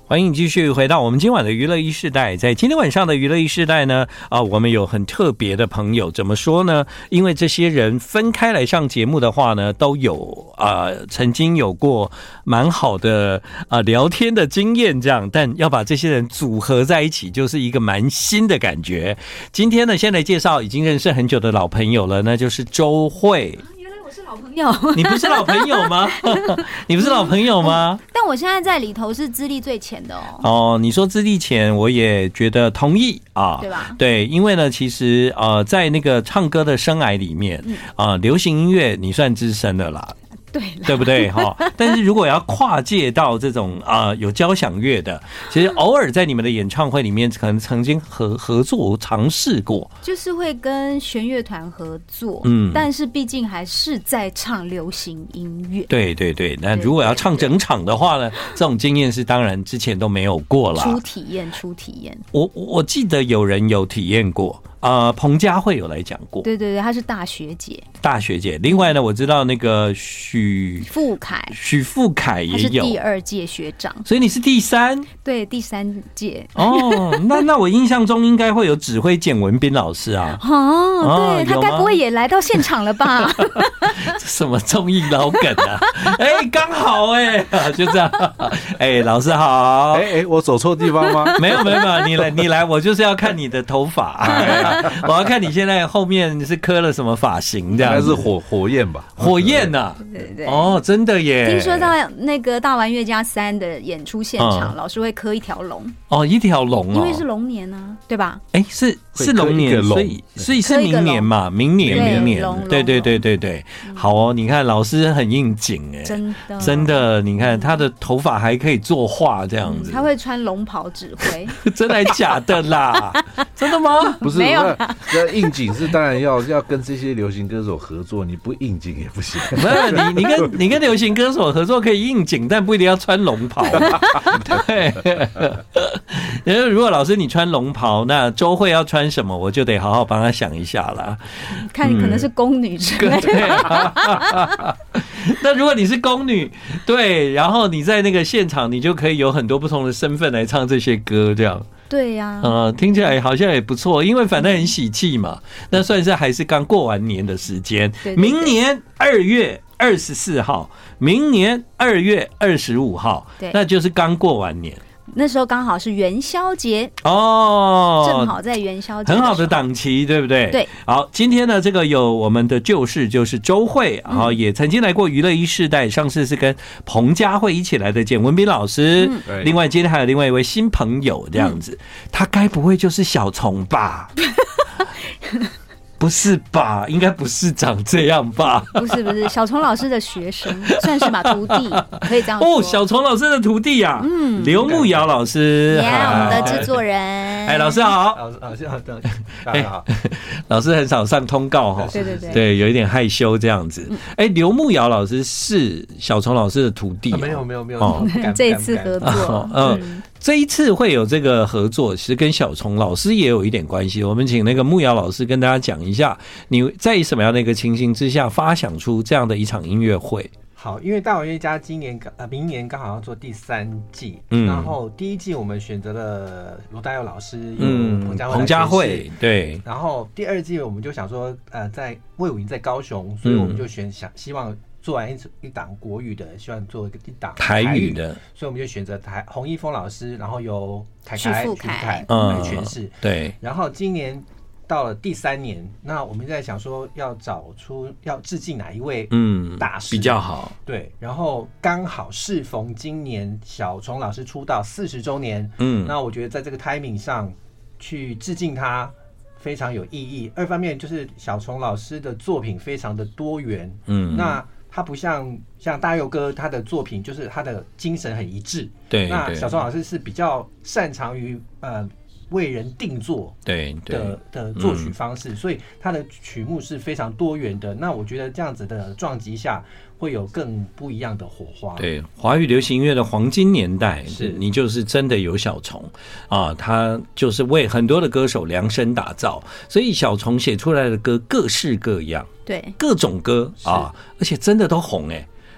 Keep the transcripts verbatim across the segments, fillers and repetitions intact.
欢迎继续回到我们今晚的娱乐一世代。在今天晚上的娱乐一世代呢，啊，我们有很特别的朋友。怎么说呢？因为这些人分开来上节目的话呢，都有啊、呃、曾经有过蛮好的啊、呃、聊天的经验，这样，但要把这些人组合在一起，就是一个蛮新的感觉。今天呢，先来介绍已经认识很久的老朋友了，那就是周慧。 我是老朋友， 你不是老朋友吗？你不是老朋友吗？ 但我现在在里头是资历最浅的哦。 哦，你说资历浅，我也觉得同意啊， 对吧？ 对，因为呢，其实呃，在那个唱歌的生涯里面，啊、呃，流行音乐你算资深的啦。 对， 对不对哈？但是如果要跨界到这种啊、呃、有交响乐的，其实偶尔在你们的演唱会里面，可能曾经合合作尝试过， 就是会跟弦乐团合作， 嗯， 但是毕竟还是在唱流行音乐。 对对对，那如果要唱整场的话呢，这种经验是当然之前都没有过啦。 初体验，初体验。 我我记得有人有体验过。呃，彭佳慧有来讲过， 对对对，她是大学姐， 大学姐。另外呢，我知道那个许富凯， 许富凯也有， 他是第二届学长， 所以你是第三， 对，第三届。 哦，那那我印象中应该会有指挥简文彬老师啊， 哦，对，他该不会也来到现场了吧？ 什么综艺老梗啊？哎、欸，刚好哎、欸，就这样。哎、欸，老师好。 哎、欸、哎、欸，我走错地方吗？ 没有没有没有，你来你来，我就是要看你的头发。我要看你现在后面是刻了什么发型，这样应该是火火焰吧？ 火焰呐、啊， 对对对， 哦，真的耶！ 听说到那个大玩乐家三的演出现场，嗯、老师会刻一条龙。 哦，一条龙哦， 因为是龙年啊，对吧？ 哎、欸，是是龙年，所以所以是明年嘛，明年明年，对对对对对，好哦，你看老师很应景哎， 真的真的，你看他的头发还可以作画这样子， 嗯、他会穿龙袍指挥， 真的还假的啦？真的吗？ 不是， 没有。 那应景是当然要要跟这些流行歌手合作，你不应景也不行。 不是你，你跟你跟流行歌手合作可以应景，但不一定要穿龙袍。对，因为如果老师你穿龙袍，那周慧要穿什么，我就得好好帮他想一下啦。 看可能是宫女之类的。 嗯啊、那如果你是宫女，对，然后你在那个现场，你就可以有很多不同的身份来唱这些歌，这样。 对呀、啊， 呃，听起来好像也不错，因为反正很喜气嘛。那算是还是刚过完年的时间，明年二月二十四号，明年二月二十五号，那就是刚过完年。 那时候刚好是元宵节哦， 正好在元宵节， 很好的档期，对不对？ 对。 好，今天呢，这个有我们的旧事，就是周慧，然后也曾经来过娱乐一世代，上次是跟彭佳慧一起来的简文彬老师。嗯、另外，今天还有另外一位新朋友，这样子，嗯、他该不会就是小虫吧？不是吧？应该不是长这样吧？ 不是不是，小虫老师的学生，算是吧，徒弟，可以这样说。 哦，小虫老师的徒弟啊，嗯，刘慕瑶老师， 耶，我们的制作人。 哎，老师好， 老师老师好，大家好。 老师很少上通告哈， 对对对， 对，有一点害羞这样子。哎，刘慕瑶老师是小虫老师的徒弟， 没有没有没有， 这一次合作， 嗯。这一次会有这个合作，其实跟小虫老师也有一点关系。我们请那个慕瑶老师跟大家讲一下，你在什么样的一个情形之下发想出这样的一场音乐会？ 好，因为大玩乐家今年呃明年刚好要做第三季，嗯，然后第一季我们选择了罗大佑老师，嗯，彭佳慧， 彭佳慧，对， 然后第二季我们就想说，呃，在魏武营在高雄，所以我们就选想希望。做完一一档国语的，希望做一个一档台语的， 所以我们就选择台洪一峰老师，然后由凯凯、 许富凯来诠释、嗯。 对， 然后今年到了第三年，那我们在想说要找出要致敬哪一位嗯大师、嗯、 比较好。 对，然后刚好适逢今年小虫老师出道四十周年，嗯，那我觉得在这个 timing 上去致敬他。非常有意义。二方面就是小虫老师的作品非常的多元，嗯，那他不像像大佑哥他的作品，就是他的精神很一致。 对， 那小虫老师是比较擅长于呃为人定做对的的作曲方式，嗯，所以他的曲目是非常多元的。那我觉得这样子的撞击下，会有更不一样的火花。 对，华语流行音乐的黄金年代， 是你就是真的有小虫啊，他就是为很多的歌手量身打造，所以小虫写出来的歌各式各样， 对， 各种歌啊，而且真的都红哎，欸。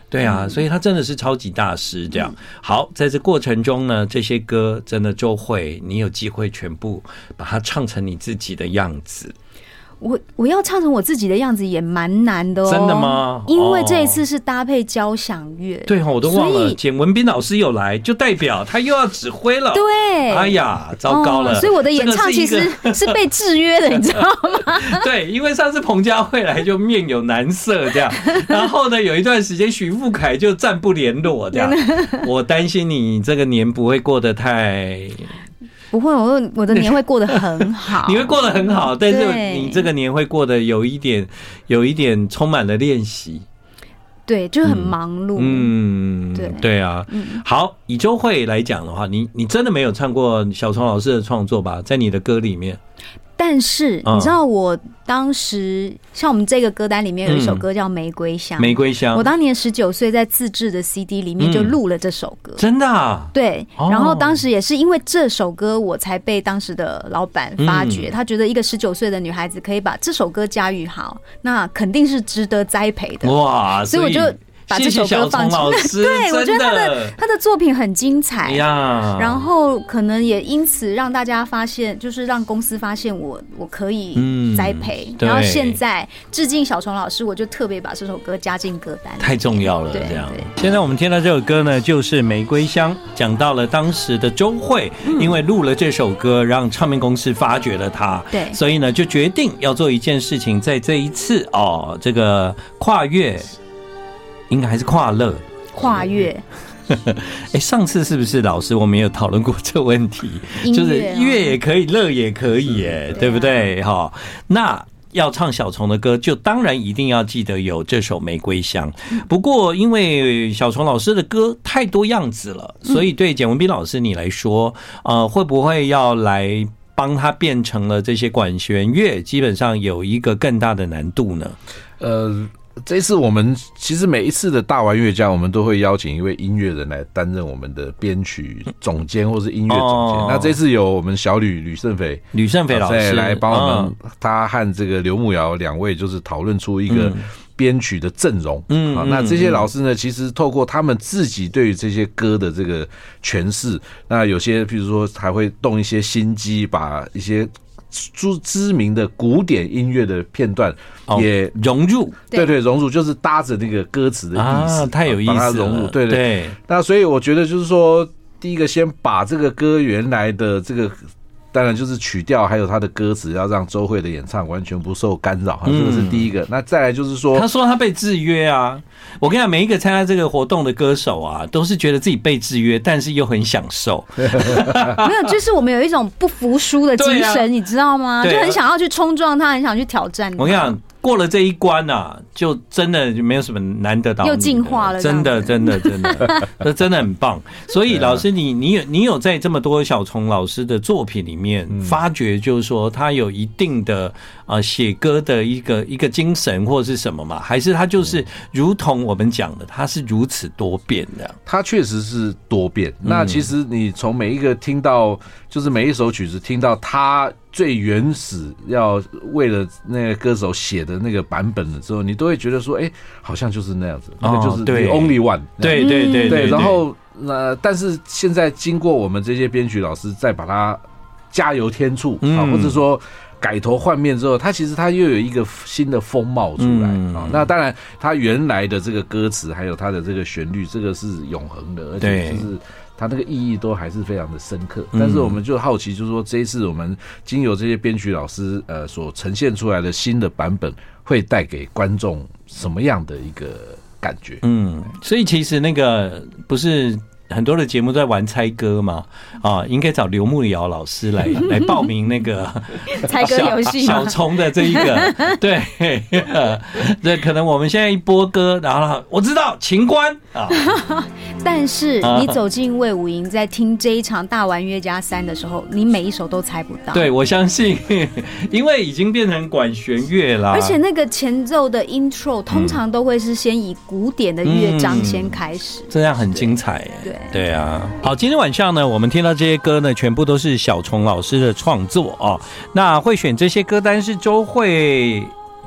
对啊，所以他真的是超级大师这样。好，在这过程中呢，这些歌真的周慧，你有机会全部把它唱成你自己的样子。 我我要唱成我自己的样子也蛮难的哦。 真的吗？ 因为这一次是搭配交响乐。 对，我都忘了简文彬老师有来，就代表他又要指挥了。 对， 哎呀，糟糕了！ 哦、所以我的演唱其实是被制约的，你知道吗？ 对，因为上次彭佳慧来就面有难色这样，然后呢，有一段时间许富凯就暂不联络这样。我担心你这个年不会过得太。 不会，我我的年会过得很好， 你会过得很好，但是你这个年会过得有一点，有一点充满了练习， 对，就很忙碌， 嗯，对对啊，嗯、好，以周慧来讲的话，你你真的没有唱过小虫老师的创作吧？在你的歌里面。 但是你知道，我当时像我们这个歌单里面有一首歌叫《玫瑰香》， 玫瑰香。 我当年十九岁，在自制的 C D 里面就录了这首歌， 真的啊？ 对。然后当时也是因为这首歌，我才被当时的老板发掘，他觉得一个十九岁的女孩子可以把这首歌驾驭好，那肯定是值得栽培的。哇！所以我就。把这首歌放进来，对，我觉得他的他的作品很精彩呀。然后可能也因此让大家发现，就是让公司发现我我可以栽培。然后现在致敬小虫老师，我就特别把这首歌加进歌单， 太重要了。这样，现在我们听到这首歌呢，就是《玫瑰香》，讲到了当时的周慧，因为录了这首歌，让唱片公司发掘了他，对，所以呢就决定要做一件事情，在这一次哦，这个跨越。应该还是跨乐跨越。 哎，上次是不是老师我们有讨论过这个问题？就是乐也可以，乐也可以，哎，对不对？哈，那要唱小虫的歌，就当然一定要记得有这首《玫瑰香》。不过，因为小虫老师的歌太多样子了，所以对简文彬老师你来说，呃，会不会要来帮他变成了这些管弦乐？基本上有一个更大的难度呢？ 呃。这一次我们其实每一次的大玩乐家，我们都会邀请一位音乐人来担任我们的编曲总监或是音乐总监。哦、那这次有我们小吕吕胜斐吕胜斐老师来帮我们，嗯、他和这个刘慕瑶两位就是讨论出一个编曲的阵容。嗯，啊，那这些老师呢，其实透过他们自己对于这些歌的这个诠释，那有些譬如说还会动一些心机，把一些知名的古典音乐的片段也融入， 对对，融入就是搭着那个歌词的意思， 啊，太有意思了，把它融入，对 对, 对。那所以我觉得就是说，第一个先把这个歌原来的这个。当然就是曲调还有他的歌词要让周慧的演唱完全不受干扰，这个是第一个。那再来就是说， 他说他被制约啊。我跟你讲，每一个参加这个活动的歌手啊，都是觉得自己被制约，但是又很享受。 没有，就是我们有一种不服输的精神，啊、你知道吗？就很想要去冲撞他，很想去挑战他。 我跟你讲。过了这一关啊，就真的没有什么难得到你的， 又进化了， 真的，真的，真的，这真的很棒。所以老师你，你有你有在这么多小虫老师的作品里面发觉，就是说他有一定的呃写歌的一个一个精神或是什么嘛？还是他就是如同我们讲的，他是如此多变的？ 他确实是多变。那其实你从每一个听到，就是每一首曲子听到他。最原始要为了那个歌手写的那个版本的时候，你都会觉得说，哎、欸，好像就是那样子，那个就是 the only one， 对对对 对, 对。然后呃，但是现在经过我们这些编曲老师再把它加油添醋啊、嗯，或者说改头换面之后，它其实它又有一个新的风貌出来啊、嗯哦。那当然，它原来的这个歌词还有它的这个旋律，这个是永恒的，而且就是。它那个意义都还是非常的深刻，但是我们就好奇，就是说这一次我们经由这些编曲老师呃所呈现出来的新的版本，会带给观众什么样的一个感觉？嗯， 所以其实那个不是。很多的节目都在玩猜歌嘛，啊，应该找刘慕瑶老师来来报名那个猜歌游戏， 小虫的这一个，对，对，可能我们现在一播歌，然后我知道情关啊， 但是你走进卫武营，在听这一场大玩乐家三的时候，你每一首都猜不到。 对，我相信，因为已经变成管弦乐啦， 而且那个前奏的 intro 通常都会是先以古典的乐章先开始， 这样很精彩耶。 对。 对啊，好，今天晚上呢，我们听到这些歌呢，全部都是小虫老师的创作哦。那会选这些歌单是周慧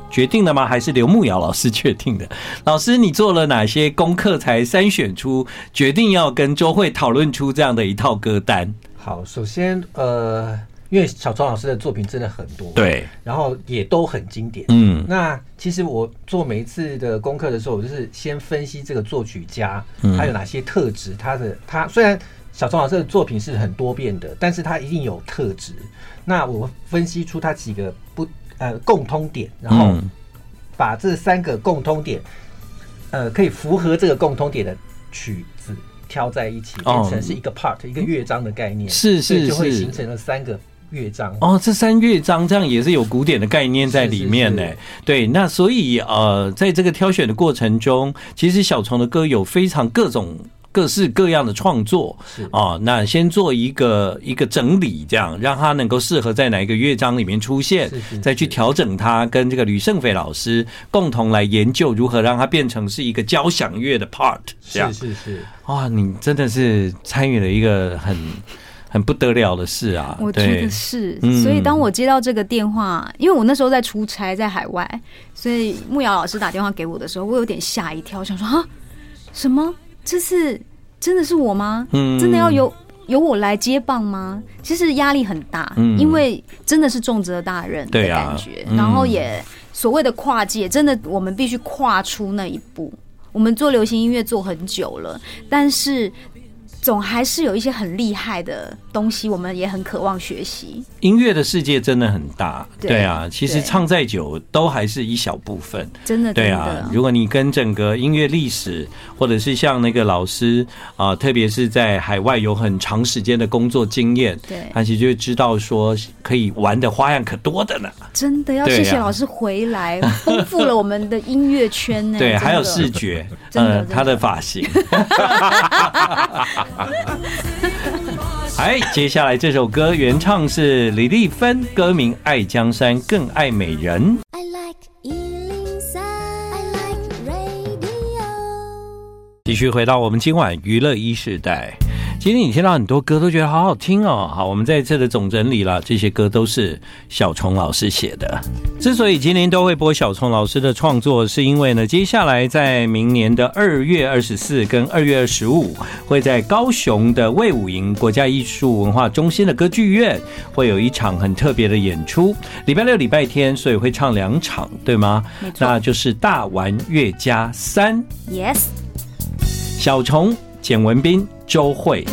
决定的吗？还是刘慕瑶老师决定的？老师，你做了哪些功课才筛选出决定要跟周蕙讨论出这样的一套歌单？ 好，首先呃，因为小虫老师的作品真的很多， 对， 然后也都很经典。 嗯， 那其实我做每一次的功课的时候，我就是先分析这个作曲家他有哪些特质，他的他虽然小虫老师的作品是很多变的，但是他一定有特质。那我分析出他几个不呃共通点，然后把这三个共通点，呃，可以符合这个共通点的曲子挑在一起，变成是一个 part、哦、一个乐章的概念， 是是是， 就会形成了三个乐章。 哦，这三乐章这样也是有古典的概念在里面呢。对，那所以呃，在这个挑选的过程中，其实小虫的歌有非常各种。各式各样的创作啊，那先做一个一个整理，这样让它能够适合在哪一个乐章里面出现， 是是是， 再去调整它，跟这个吕胜斐老师共同来研究如何让它变成是一个交响乐的 part。这样是是是， 哇，你真的是参与了一个很很不得了的事啊！ 我觉得是，所以当我接到这个电话，因为我那时候在出差，在海外，所以慕瑶老师打电话给我的时候，我有点吓一跳，想说啊，什么？这是真的是我吗？嗯，真的要由由我来接棒吗？其实压力很大，嗯，因为真的是重责大任的感觉，啊嗯、然后也所谓的跨界，真的我们必须跨出那一步。我们做流行音乐做很久了，但是总还是有一些很厉害的东西，我们也很渴望学习。 音乐的世界真的很大， 对, 对啊，其实唱再久都还是一小部分， 真的， 对啊。如果你跟整个音乐历史，或者是像那个老师啊、呃，特别是在海外有很长时间的工作经验， 对， 他其实就会知道说可以玩的花样可多的呢。 真的要谢谢老师回来，啊、丰富了我们的音乐圈呢。 对，还有视觉，呃，他的发型。哎，接下来这首歌原唱是李丽芬，歌名《爱江山更爱美人》。I like 一零三 I like radio。继续回到我们今晚娱乐一世代。今天你听到很多歌都觉得好好听哦。好，我们在这的总整理了，这些歌都是小虫老师写的。之所以今天都会播小虫老师的创作，是因为呢，接下来在明年的二月二十四跟二月二十五，会在高雄的卫武营国家艺术文化中心的歌剧院会有一场很特别的演出。礼拜六、礼拜天，所以会唱两场，对吗？ 没错， 那就是大玩乐家三。 Yes， 小虫、简文彬、周蕙。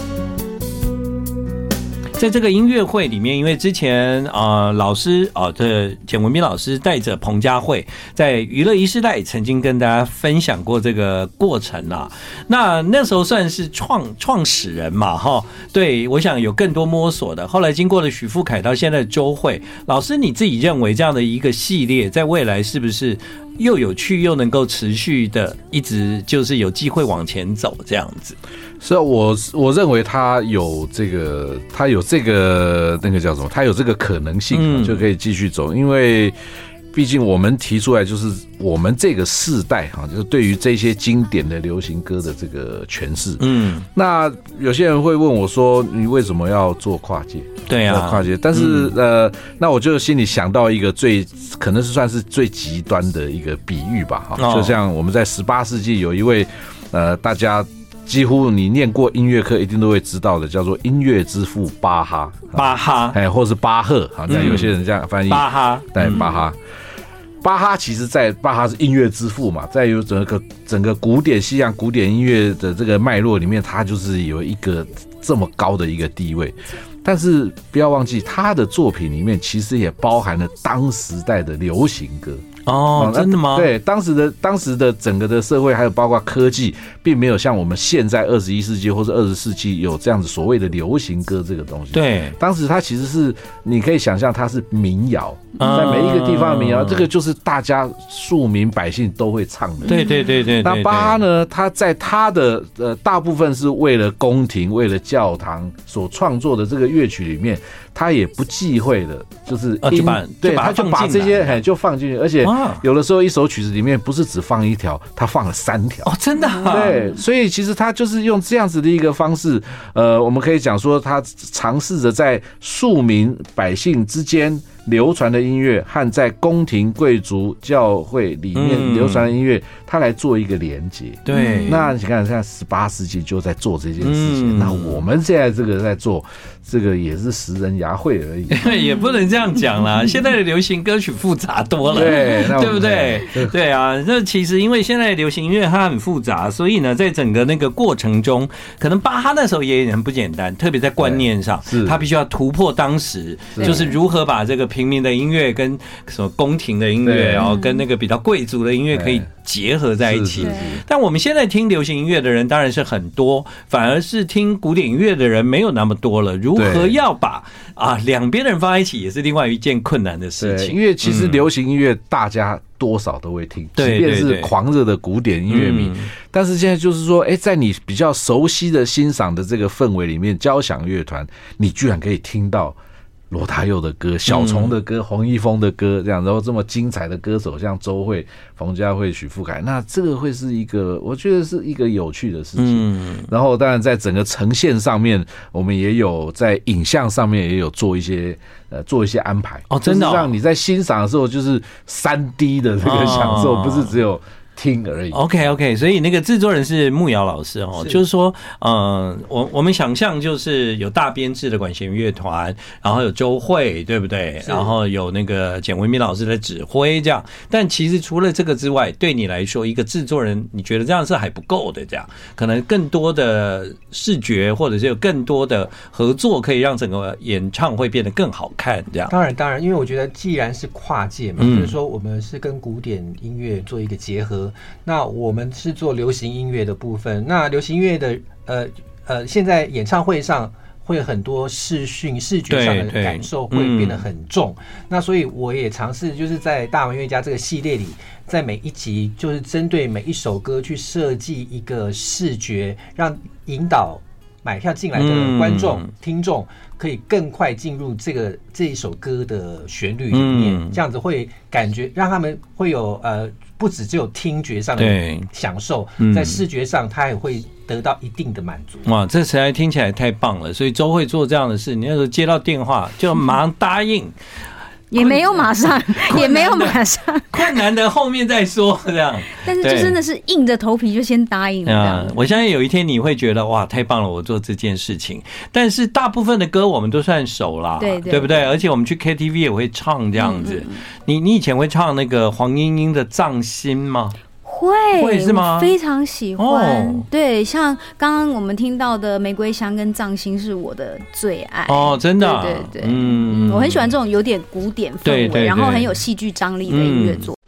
在这个音乐会里面，因为之前啊、呃、老师啊这简文彬老师带着彭佳慧在娱乐一世代曾经跟大家分享过这个过程啊，那那时候算是创创始人嘛哈，对，我想有更多摸索的。后来经过了许富凯到现在的周蕙老师，你自己认为这样的一个系列在未来是不是又有趣又能够持续的一直就是有机会往前走这样子？ 是啊，我我认为他有这个，他有这个那个叫什么？他有这个可能性，嗯、就可以继续走。因为毕竟我们提出来，就是我们这个世代哈，就是对于这些经典的流行歌的这个诠释。嗯，那有些人会问我说：“你为什么要做跨界？” 对啊， 跨界。但是、嗯、呃，那我就心里想到一个最可能是算是最极端的一个比喻吧。哈、哦，就像我们在十八世纪有一位呃，大家。几乎你念过音乐课一定都会知道的，叫做音乐之父巴哈， 巴哈， 哎，或是巴赫，好像有些人这样翻译。 巴哈， 对，巴哈，巴哈其实在巴哈是音乐之父嘛，在有整个整个古典西洋古典音乐的这个脉络里面，他就是有一个这么高的一个地位。但是不要忘记，他的作品里面其实也包含了当时代的流行歌。 哦，真的吗？ 对，当时的当时的整个的社会，还有包括科技，并没有像我们现在二十一世纪或者二十世纪有这样子所谓的流行歌这个东西。 对， 当时它其实是你可以想象它是民谣，在每一个地方的民谣，这个就是大家庶民百姓都会唱的。 对对对 对, 对, 对。 那巴哈呢？他在他的呃大部分是为了宫廷、为了教堂所创作的这个乐曲里面，他也不忌讳的，就是啊，就把对，他就把这些哎就放进去，而且。 有的时候一首曲子里面不是只放一条，他放了三条哦，真的、啊。 对，所以其实他就是用这样子的一个方式，呃，我们可以讲说，他尝试着在庶民百姓之间流传的音乐和在宫廷贵族教会里面流传的音乐，他来做一个连接。 对， 那你看，现在十八世纪就在做这件事情，嗯、那我们现在这个在做，这个也是拾人牙慧而已。 也不能这样讲啦，现在的流行歌曲复杂多了， 对， 对不对？对啊，那其实因为现在的流行音乐它很复杂，所以呢，在整个那个过程中，可能巴哈那时候也很不简单，特别在观念上，他必须要突破当时，就是如何把这个平民的音乐跟什么宫廷的音乐，然后跟那个比较贵族的音乐可以结合在一起。但我们现在听流行音乐的人当然是很多，反而是听古典音乐的人没有那么多了。如何要把啊两边的人放在一起，也是另外一件困难的事情。 因为其实流行音乐大家多少都会听，即便是狂热的古典音乐迷，但是现在就是说，哎，在你比较熟悉的欣赏的这个氛围里面，交响乐团，你居然可以听到罗大佑的歌、小虫的歌、洪一峰的歌，这样，然后这么精彩的歌手，像周蕙、冯佳慧、许富凯，那这个会是一个，我觉得是一个有趣的事情。嗯，然后当然在整个呈现上面，我们也有在影像上面也有做一些呃做一些安排。 哦，真的、哦， 让你在欣赏的时候就是三 D 的这个享受，哦、不是只有听而已。 OK OK， 所以那个制作人是慕瑶老师哦，是就是说，呃，我我们想象就是有大编制的管弦乐团，然后有周蕙，对不对？然后有那个简文彬老师的指挥，这样。但其实除了这个之外，对你来说，一个制作人，你觉得这样是还不够的，这样可能更多的视觉或者是有更多的合作，可以让整个演唱会变得更好看，这样。 当然，当然，因为我觉得既然是跨界嘛，嗯、就是说我们是跟古典音乐做一个结合。那我们是做流行音乐的部分，那流行音乐的呃呃，现在演唱会上会很多视讯视觉上的感受会变得很重，那所以我也尝试就是在大玩乐家这个系列里，在每一集就是针对每一首歌去设计一个视觉，让引导买票进来的观众、嗯、听众可以更快进入这个这一首歌的旋律里面，嗯、这样子会感觉让他们会有呃。不只只有听觉上的享受，在视觉上他也会得到一定的满足。 哇，这实在听起来太棒了！所以周蕙做这样的事，你那时候接到电话就马上答应。 也没有马上，也没有马上， 困难的后面再说，这样。 但是就真的是硬着头皮就先答应了这样。 嗯，我相信有一天你会觉得哇，太棒了，我做这件事情。但是大部分的歌我们都算熟啦，对 对, 对不对？而且我们去 K T V 也会唱这样子。嗯嗯嗯你你以前会唱那个黄莺莺的《葬心》吗？ 会会是吗？ 非常喜欢。哦、对，像刚刚我们听到的《玫瑰香》跟《葬心》是我的最爱。 哦，真的、啊， 对对对，嗯，我很喜欢这种有点古典氛围，对对对，然后很有戏剧张力的音乐作。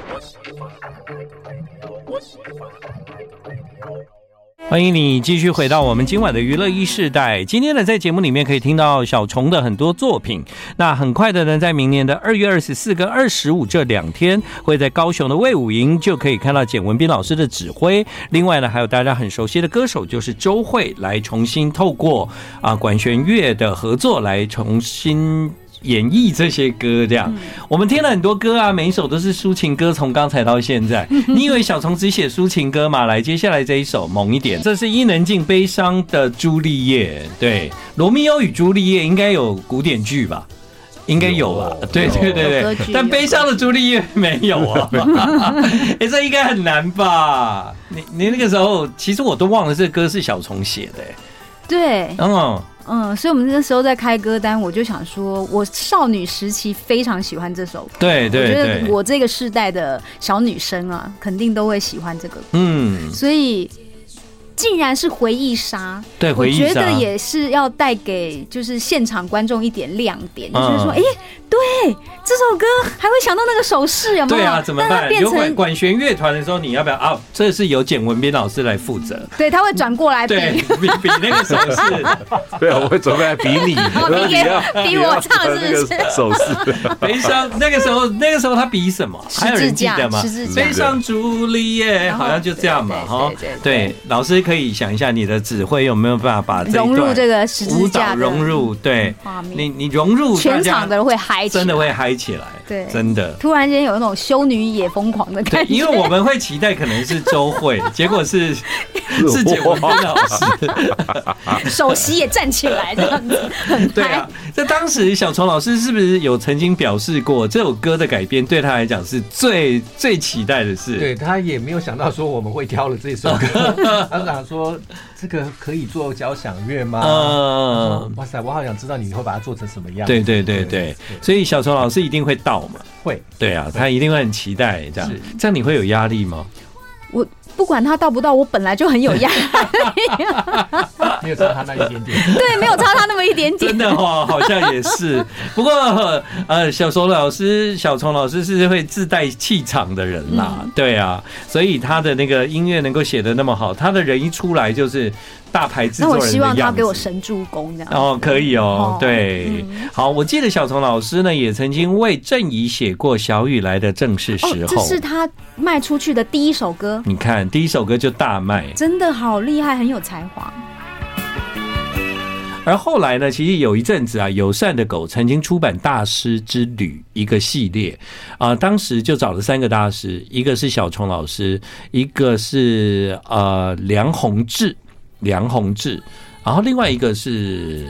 欢迎你继续回到我们今晚的娱乐一世代。今天呢，在节目里面可以听到小虫的很多作品。那很快的呢，在明年的二月二十四跟二十五这两天，会在高雄的卫武营就可以看到简文彬老师的指挥。另外呢，还有大家很熟悉的歌手，就是周蕙，来重新透过啊管弦乐的合作来重新演绎这些歌，这样、嗯、我们听了很多歌啊，每一首都是抒情歌，从刚才到现在。你以为小虫只写抒情歌吗？来，接下来这一首猛一点，这是伊能静悲伤的朱丽叶。对，罗密欧与朱丽叶应该有古典剧吧？应该有吧？对对对对，但悲伤的朱丽叶没有啊。哎、欸，这应该很难吧？你你那个时候，其实我都忘了这歌是小虫写的、欸。 对，嗯。嗯，所以我们那时候在开歌单，我就想说，我少女时期非常喜欢这首歌。 对对对， 我觉得我这个世代的小女生啊，肯定都会喜欢这个歌。嗯，所以竟然是回忆杀， 对，回忆杀， 我觉得也是要带给就是现场观众一点亮点，嗯、就是说，哎、欸，对，这首歌还会想到那个手势，有没有？ 对啊，怎么办？有管管弦乐团的时候，你要不要啊？这是由简文彬老师来负责， 对，他会转过来比比比那个手势。 对，我会转过来比你， 比比我唱是不是？ 手势。 悲伤那个时候，那个时候他比什么？还有人记得吗？悲伤朱丽叶，好像就这样嘛，哈。对，老师可以想一下，你的指挥有没有办法把这一段融入这个十字架舞蹈融入？对，你你融入， 全场的人会嗨起来， 真的会嗨起来。 对， 真的， 突然间有那种修女也疯狂的感觉。 因为我们会期待可能是周慧，结果是是简文彬老师， 首席也站起来这样子，很对啊。在当时，小虫老师是不是有曾经表示过，这首歌的改编对他来讲是最最期待的事？ 对，他也没有想到说我们会挑了这首歌，他想说这个可以做交响乐吗？嗯，哇塞，我好想知道你会把它做成什么样。 对对对 对, 对，所以小虫老师一定会到嘛？ 会， 对啊，他一定会很期待这样。这样你会有压力吗？ 我不管他到不到，我本来就很有压力。 没有差他那一点点， 对，没有差他那么一点点。 真的哦，好像也是。不过呃，小虫老师、小虫老师是会自带气场的人啦，嗯、对啊，所以他的那个音乐能够写得那么好，他的人一出来就是大牌制作人的样子。 那我希望他给我神助攻这样。 哦，可以哦，对，嗯、好，我记得小虫老师呢也曾经为郑怡写过《小雨来的正是时候》， 哦，这是他卖出去的第一首歌。 你看，第一首歌就大卖， 真的好厉害，很有才华。 而后来呢，其实有一阵子啊，友善的狗曾经出版大师之旅一个系列啊、呃，当时就找了三个大师，一个是小虫老师，一个是呃梁鸿志，梁鸿志，然后另外一个是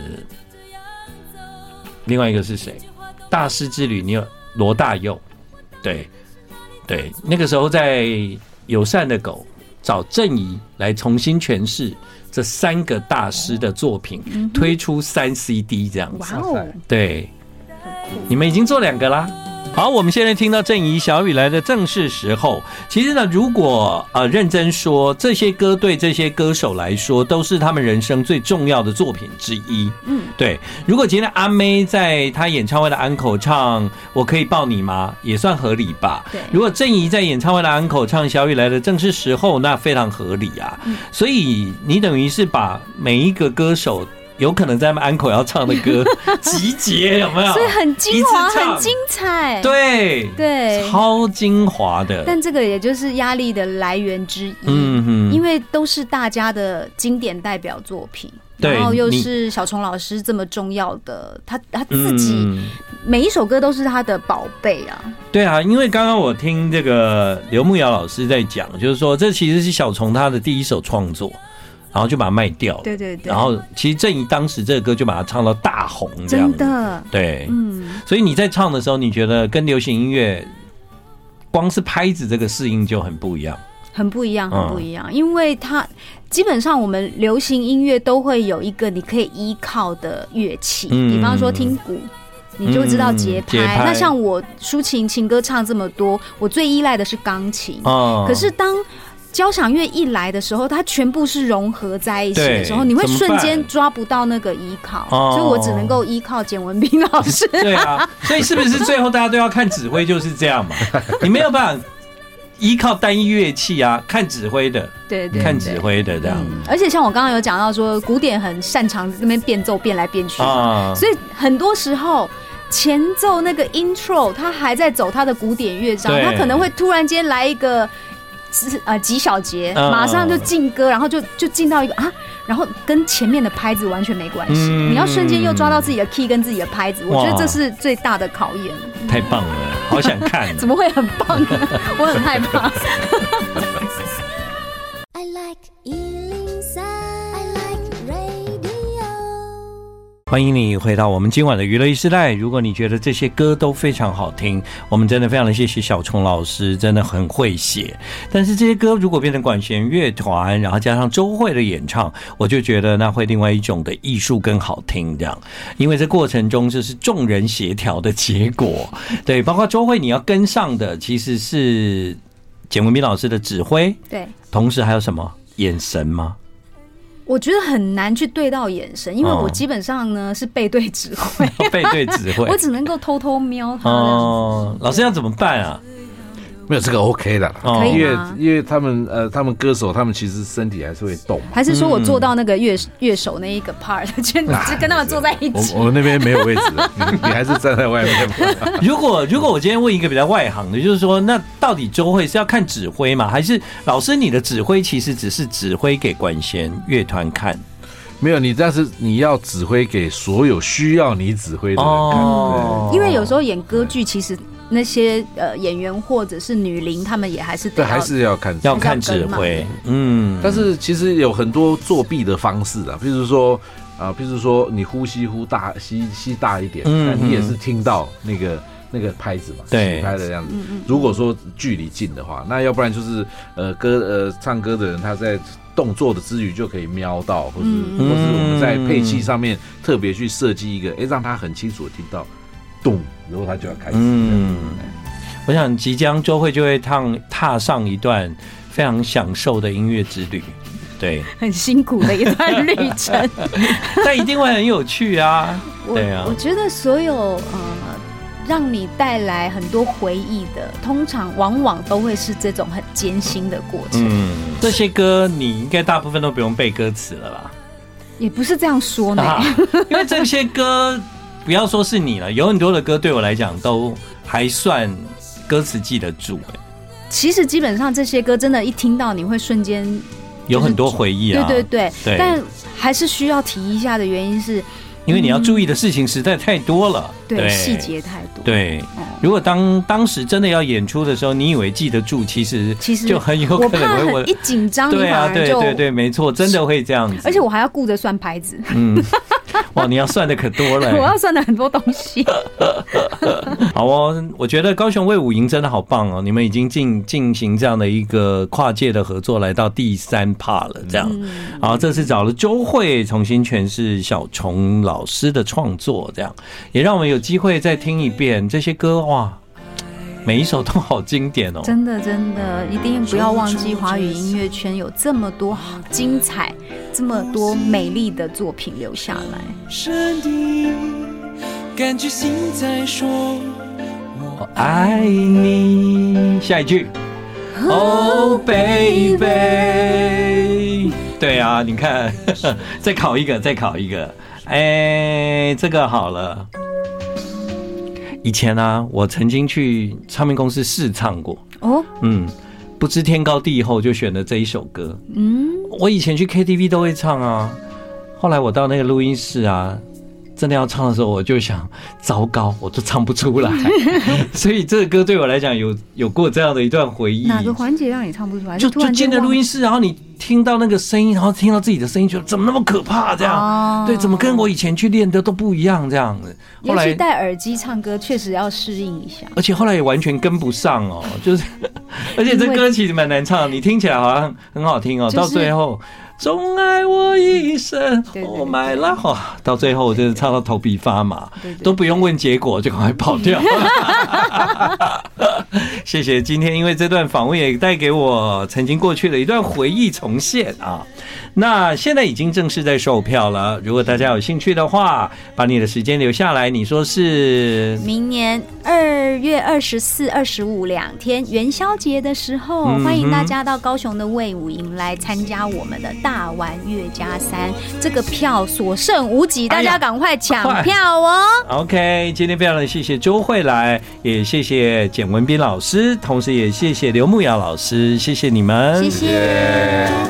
另外一个是谁？大师之旅，你有罗大佑，对对，那个时候在友善的狗找郑怡来重新诠释这三个大师的作品，嗯、推出三 C D 这样子。哇哦！对，你们已经做两个啦。好，我们现在听到郑怡《小雨来的正是时候》。其实呢，如果呃认真说，这些歌对这些歌手来说，都是他们人生最重要的作品之一。嗯，对。如果今天阿妹在她演唱会的安口唱《我可以抱你吗》，也算合理吧。对。如果郑怡在演唱会的安口唱《小雨来的正是时候》，那非常合理啊。嗯、所以你等于是把每一个歌手有可能在安口要唱的歌集结，有没有？ 所以很精华，很精彩。 对对，超精华的。 但这个也就是压力的来源之一，嗯哼，因为都是大家的经典代表作品，然后又是小虫老师这么重要的，他他自己、嗯、每一首歌都是他的宝贝啊。 对啊，因为刚刚我听这个刘慕瑶老师在讲，就是说这其实是小虫他的第一首创作。然后就把它卖掉了， 对对对。 然后其实郑怡当时这个歌就把它唱到大红，这样子， 真的， 对，嗯。所以你在唱的时候，你觉得跟流行音乐光是拍子这个适应就很不一样， 很不一样，很不一样。嗯、因为它基本上我们流行音乐都会有一个你可以依靠的乐器，嗯、比方说听鼓。你就知道节拍。嗯、拍那像我抒情情歌唱这么多，我最依赖的是钢琴。哦、可是当交响乐一来的时候，它全部是融合在一起的时候，你会瞬间抓不到那个依靠，哦、所以我只能够依靠简文彬老师。 对啊，所以是不是最后大家都要看指挥就是这样嘛？你没有办法依靠单一乐器啊，看指挥的， 对 对, 对， 看指挥的这样、嗯。 而且像我刚刚有讲到说，古典很擅长那边变奏变来变去，哦、所以很多时候。前奏那个 intro， 他还在走他的古典乐章，他可能会突然间来一个呃几小节，马上就进歌，然后就就进到一个啊，然后跟前面的拍子完全没关系，嗯、你要瞬间又抓到自己的 key 跟自己的拍子，我觉得这是最大的考验。 太棒了，好想看。 怎么会很棒呢？我很害怕。I like 一零三欢迎你回到我们今晚的娱乐一时代。如果你觉得这些歌都非常好听，我们真的非常的谢谢小虫老师，真的很会写。但是这些歌如果变成管弦乐团，然后加上周慧的演唱，我就觉得那会另外一种的艺术跟好听这样。因为这过程中这是众人协调的结果，对，包括周慧你要跟上的其实是简文彬老师的指挥， 对， 同时还有什么眼神吗？ 我觉得很难去对到眼神，因为我基本上呢是背对指挥， 背对指挥， 我只能够偷偷瞄他。 哦，老师要怎么办啊？ 没有这个 OK 的， 可以因为因为他们呃，他们歌手他们其实身体还是会动嘛。 还是说我做到那个乐乐手那一个 part， 就跟他们坐在一起。 我我那边没有位置了，你, 你还是站在外面。 如果如果我今天问一个比较外行的，就是说，那到底周慧是要看指挥吗？还是老师你的指挥其实只是指挥给管弦乐团看？ 没有，你但是你要指挥给所有需要你指挥的人看。 哦，因为有时候演歌剧其实。 那些呃演员或者是女伶，他们也还是得对，还是要看要看指挥，嗯。 但是其实有很多作弊的方式啊，譬如说啊，譬如说你呼吸呼大吸吸大一点，嗯，但你也是听到那个。那个拍子嘛， 对， 拍的样子。如果说距离近的话，那要不然就是呃歌呃唱歌的人他在动作的之余就可以瞄到，或是、嗯、或是我们在配器上面特别去设计一个，哎，让他很清楚的听到，咚，然后他就要开始。嗯， 我想即将周慧就会踏踏上一段非常享受的音乐之旅。对， 很辛苦的一段旅程， 但一定会很有趣啊！对啊， 我觉得所有呃。让你带来很多回忆的，通常往往都会是这种很艰辛的过程。嗯， 这些歌你应该大部分都不用背歌词了吧？ 也不是这样说呢，啊、 因为这些歌不要说是你了，有很多的歌对我来讲都还算歌词记得住。 其实基本上这些歌真的，一听到你会瞬间、就是、 有很多回忆啊。 对对 对, 对，但还是需要提一下的原因是。 因为你要注意的事情实在太多了， 对，细节太多。 对，如果当当时真的要演出的时候，你以为记得住，其实其实就很有可能会很一紧张， 对啊，对对对，没错，真的会这样子。 而且我还要顾着算拍子， 嗯，哇，你要算的可多了， 我要算的很多东西。 好哦，我觉得高雄卫武营真的好棒哦，你们已经进进行这样的一个跨界的合作，来到第三 part 了，这样。好，这次找了周慧重新诠释小虫老师的创作，这样也让我们有机会再听一遍这些歌，哇，每一首都好经典哦！ 真的真的，一定不要忘记华语音乐圈有这么多精彩、这么多美丽的作品留下来。是你感觉心在说我爱你，下一句 Oh baby， 对啊，你看，再考一个，再考一个。哎，这个好了。以前啊，我曾经去唱片公司试唱过。哦，嗯，不知天高地厚，就选了这一首歌。嗯，我以前去 K T V 都会唱啊，后来我到那个录音室啊，真的要唱的时候，我就想，糟糕，我都唱不出来。所以这个歌对我来讲有有过这样的一段回忆。 哪个环节让你唱不出来？ 就就进了录音室，然后你听到那个声音，然后听到自己的声音，觉得怎么那么可怕？这样，哦、对，怎么跟我以前去练的都不一样？这样子， 后来尤其戴耳机唱歌，确实要适应一下。 而且后来也完全跟不上哦，就是，而且这歌其实蛮难唱，你听起来好像很好听哦，就是、到最后。总爱我一生 ，Oh my love， 到最后就是唱到头皮发麻，对对对，都不用问结果就赶快跑掉。谢谢今天，因为这段访问也带给我曾经过去的一段回忆重现啊。那现在已经正式在售票了，如果大家有兴趣的话，把你的时间留下来。你说是明年二月二十四、二十五两天元宵节的时候，嗯、欢迎大家到高雄的卫武营来参加我们的大玩乐加三，这个票所剩无几，大家赶快抢票哦。OK， 今天非常的谢谢周慧来，也谢谢简文彬老师，同时也谢谢刘牧瑶老师，谢谢你们，谢谢。